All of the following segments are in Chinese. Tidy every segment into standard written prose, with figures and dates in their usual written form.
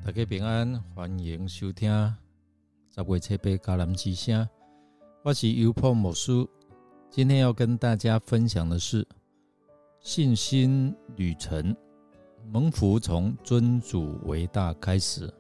大家平安，欢迎收听10月7日迦南之声，我是优破牧师。今天要跟大家分享的是信心旅程，蒙福从尊主为大开始。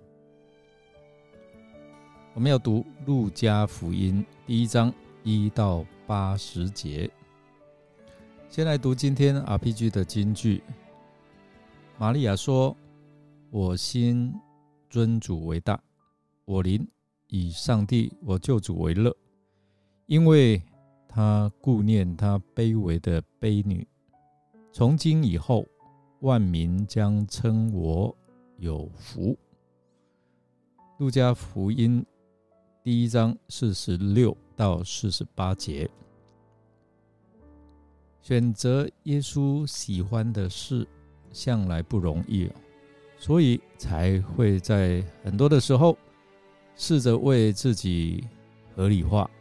我们要读路加福音第1章1到80节。先来读今天 RPG 的金句。玛利亚说：我心尊主为大，我灵以上帝我救主为乐，因为他顾念他卑微的婢女。从今以后，万民将称我有福。路加福音第1章46到48节。选择耶稣喜欢的事向来不容易，所以才会在很多的时候试着为自己合理化。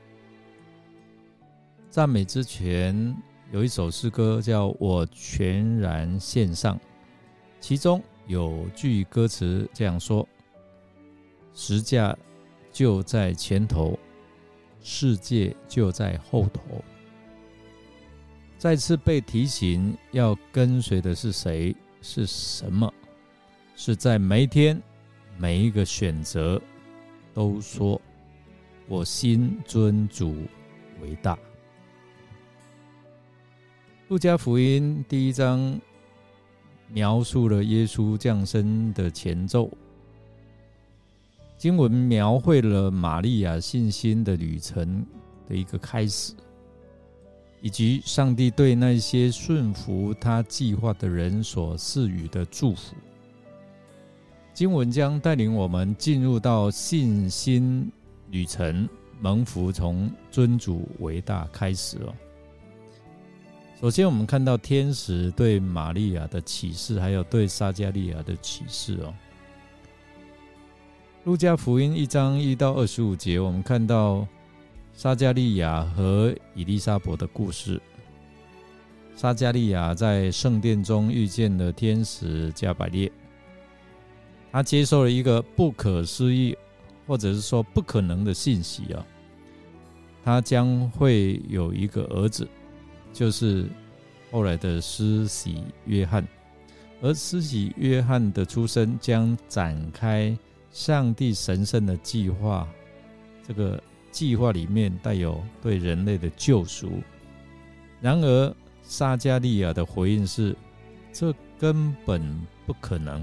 赞美之泉有一首诗歌叫我全然献上，其中有句歌词这样说：十架就在前头，世界就在后头。再次被提醒要跟随的是谁，是什么，是在每一天每一个选择都说我心尊主为大。路加福音第1章描述了耶稣降生的前奏，经文描绘了玛利亚信心的旅程的一个开始，以及上帝对那些顺服他计划的人所赐予的祝福。经文将带领我们进入到信心旅程，蒙福从尊主为大开始。首先我们看到天使对玛利亚的启示，还有对撒迦利亚的启示。路加福音1章1到25节，我们看到撒迦利亚和以利沙伯的故事。撒迦利亚在圣殿中遇见了天使加百列，他接受了一个不可思议或者是说不可能的信息，他将会有一个儿子，就是后来的施洗约翰。而施洗约翰的出生将展开上帝神圣的计划，这个计划里面带有对人类的救赎。然而撒迦利亚的回应是，这根本不可能，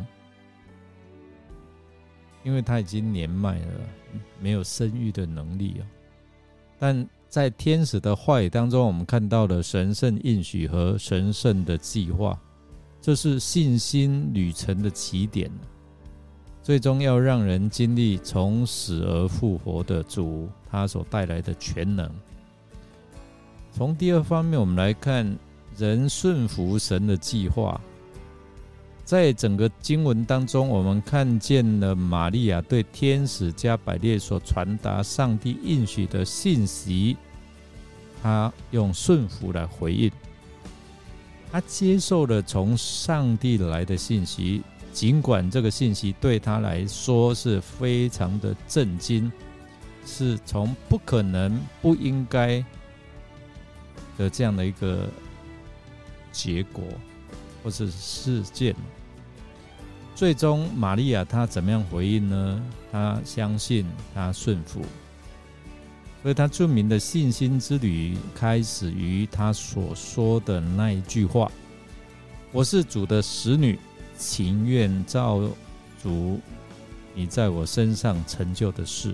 因为他已经年迈了，没有生育的能力。但在天使的话语当中，我们看到了神圣应许和神圣的计划，这是信心旅程的起点，最终要让人经历从死而复活的主他所带来的全能。从第二方面我们来看人顺服神的计划。在整个经文当中，我们看见了玛利亚对天使加百列所传达上帝应许的信息，他用顺服来回应，他接受了从上帝来的信息，尽管这个信息对他来说是非常的震惊，是从不可能不应该的这样的一个结果或是事件。最终玛利亚她怎么样回应呢？她相信，她顺服，所以她著名的信心之旅开始于她所说的那一句话：我是主的使女，情愿照主你在我身上成就的事。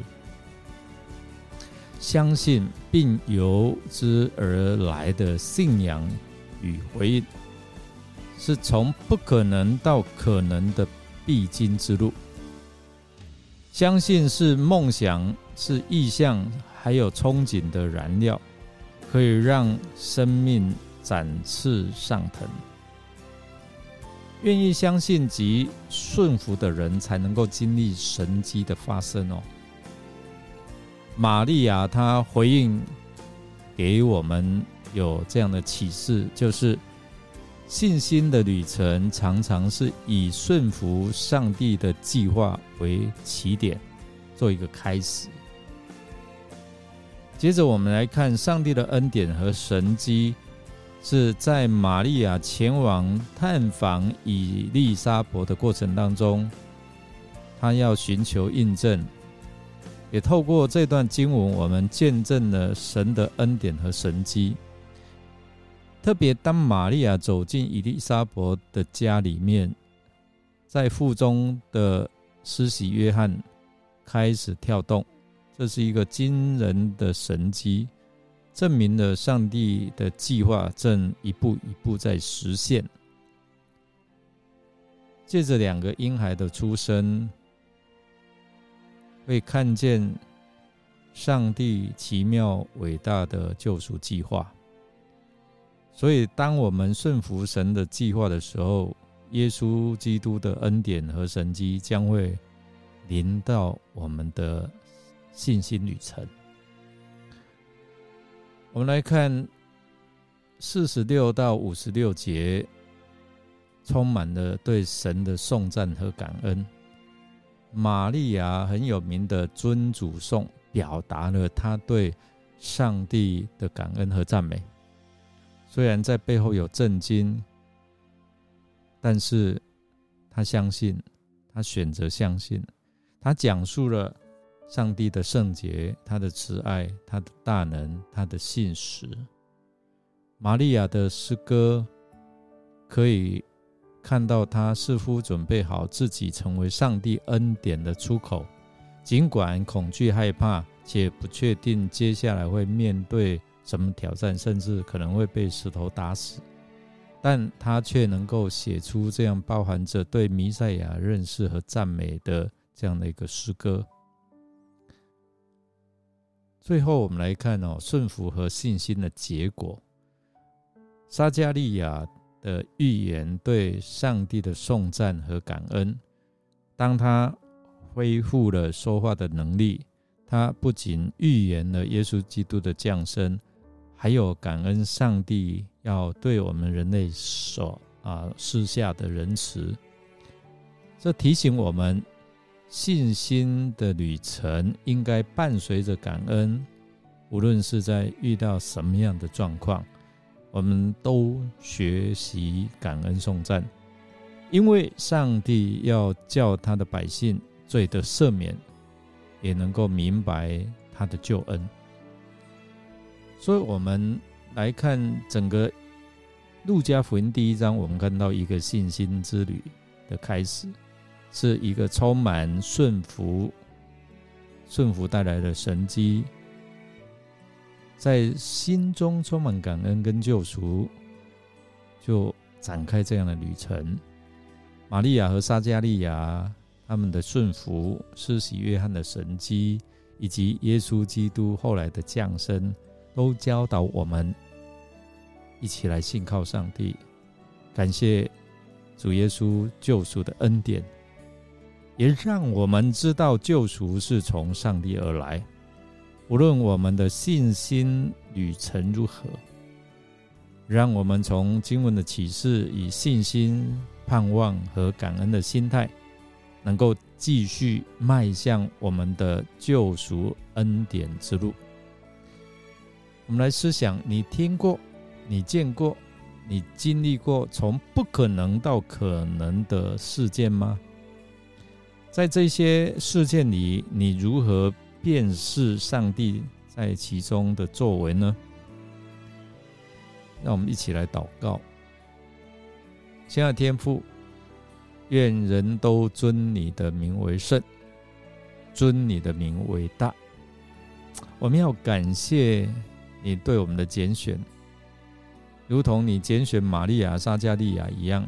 相信并由之而来的信仰与回应，是从不可能到可能的必经之路。相信是梦想，是意向，还有憧憬的燃料，可以让生命展翅上腾。愿意相信及顺服的人，才能够经历神迹的发生。玛利亚她回应给我们有这样的启示，就是信心的旅程常常是以顺服上帝的计划为起点，做一个开始。接着我们来看上帝的恩典和神迹，是在玛利亚前往探访以利沙伯的过程当中，她要寻求印证，也透过这段经文，我们见证了神的恩典和神迹。特别当玛利亚走进以利沙伯的家里面，在腹中的施洗约翰开始跳动，这是一个惊人的神迹，证明了上帝的计划正一步一步在实现。借着2个婴孩的出生，会看见上帝奇妙伟大的救赎计划。所以当我们顺服神的计划的时候，耶稣基督的恩典和神迹将会临到我们的信心旅程。我们来看46到56节，充满了对神的颂赞和感恩。玛利亚很有名的尊主颂，表达了她对上帝的感恩和赞美。虽然在背后有震惊，但是他相信，他选择相信，他讲述了上帝的圣洁，他的慈爱，他的大能，他的信实。玛利亚的诗歌可以看到他似乎准备好自己成为上帝恩典的出口，尽管恐惧害怕，且不确定接下来会面对什么挑战，甚至可能会被石头打死，但他却能够写出这样包含着对弥赛亚认识和赞美的这样的一个诗歌。最后我们来看顺服和信心的结果。撒迦利亚的预言对上帝的颂赞和感恩，当他恢复了说话的能力，他不仅预言了耶稣基督的降生，还有感恩上帝要对我们人类所施下的仁慈。这提醒我们，信心的旅程应该伴随着感恩，无论是在遇到什么样的状况，我们都学习感恩颂赞，因为上帝要叫他的百姓罪得赦免，也能够明白他的救恩。所以我们来看整个路加福音第1章，我们看到一个信心之旅的开始，是一个充满顺服带来的神迹，在心中充满感恩跟救赎，就展开这样的旅程。玛利亚和撒迦利亚他们的顺服，施洗约翰的神迹，以及耶稣基督后来的降生，都教导我们一起来信靠上帝，感谢主耶稣救赎的恩典，也让我们知道救赎是从上帝而来。无论我们的信心旅程如何，让我们从经文的启示，以信心、盼望和感恩的心态，能够继续迈向我们的救赎恩典之路。我们来思想，你听过，你见过，你经历过从不可能到可能的事件吗？在这些事件里，你如何辨识上帝在其中的作为呢？让我们一起来祷告。亲爱的天父，愿人都尊你的名为圣，尊你的名为大。我们要感谢你对我们的拣选，如同你拣选玛利亚、撒迦利亚一样。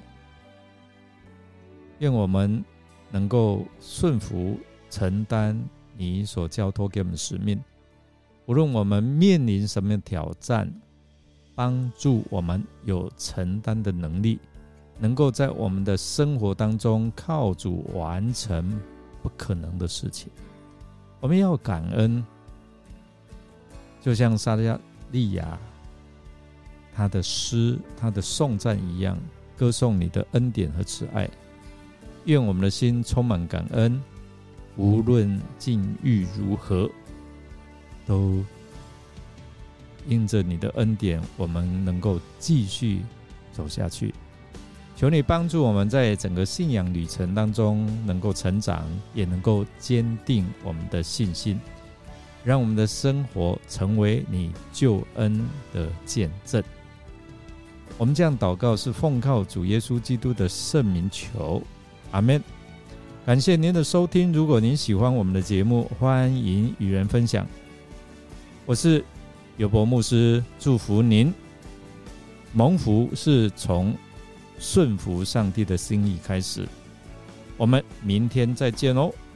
愿我们能够顺服承担你所交托给我们的使命，无论我们面临什么样的挑战，帮助我们有承担的能力，能够在我们的生活当中靠主完成不可能的事情。我们要感恩，就像撒迦利亚他的诗、他的颂赞一样，歌颂你的恩典和慈爱。愿我们的心充满感恩，无论境遇如何，都因着你的恩典，我们能够继续走下去。求你帮助我们在整个信仰旅程当中能够成长，也能够坚定我们的信心，让我们的生活成为你救恩的见证。我们这样祷告是奉靠主耶稣基督的圣名求，阿们。感谢您的收听，如果您喜欢我们的节目，欢迎与人分享。我是尤伯牧师，祝福您。蒙福是从顺服上帝的心意开始。我们明天再见哦。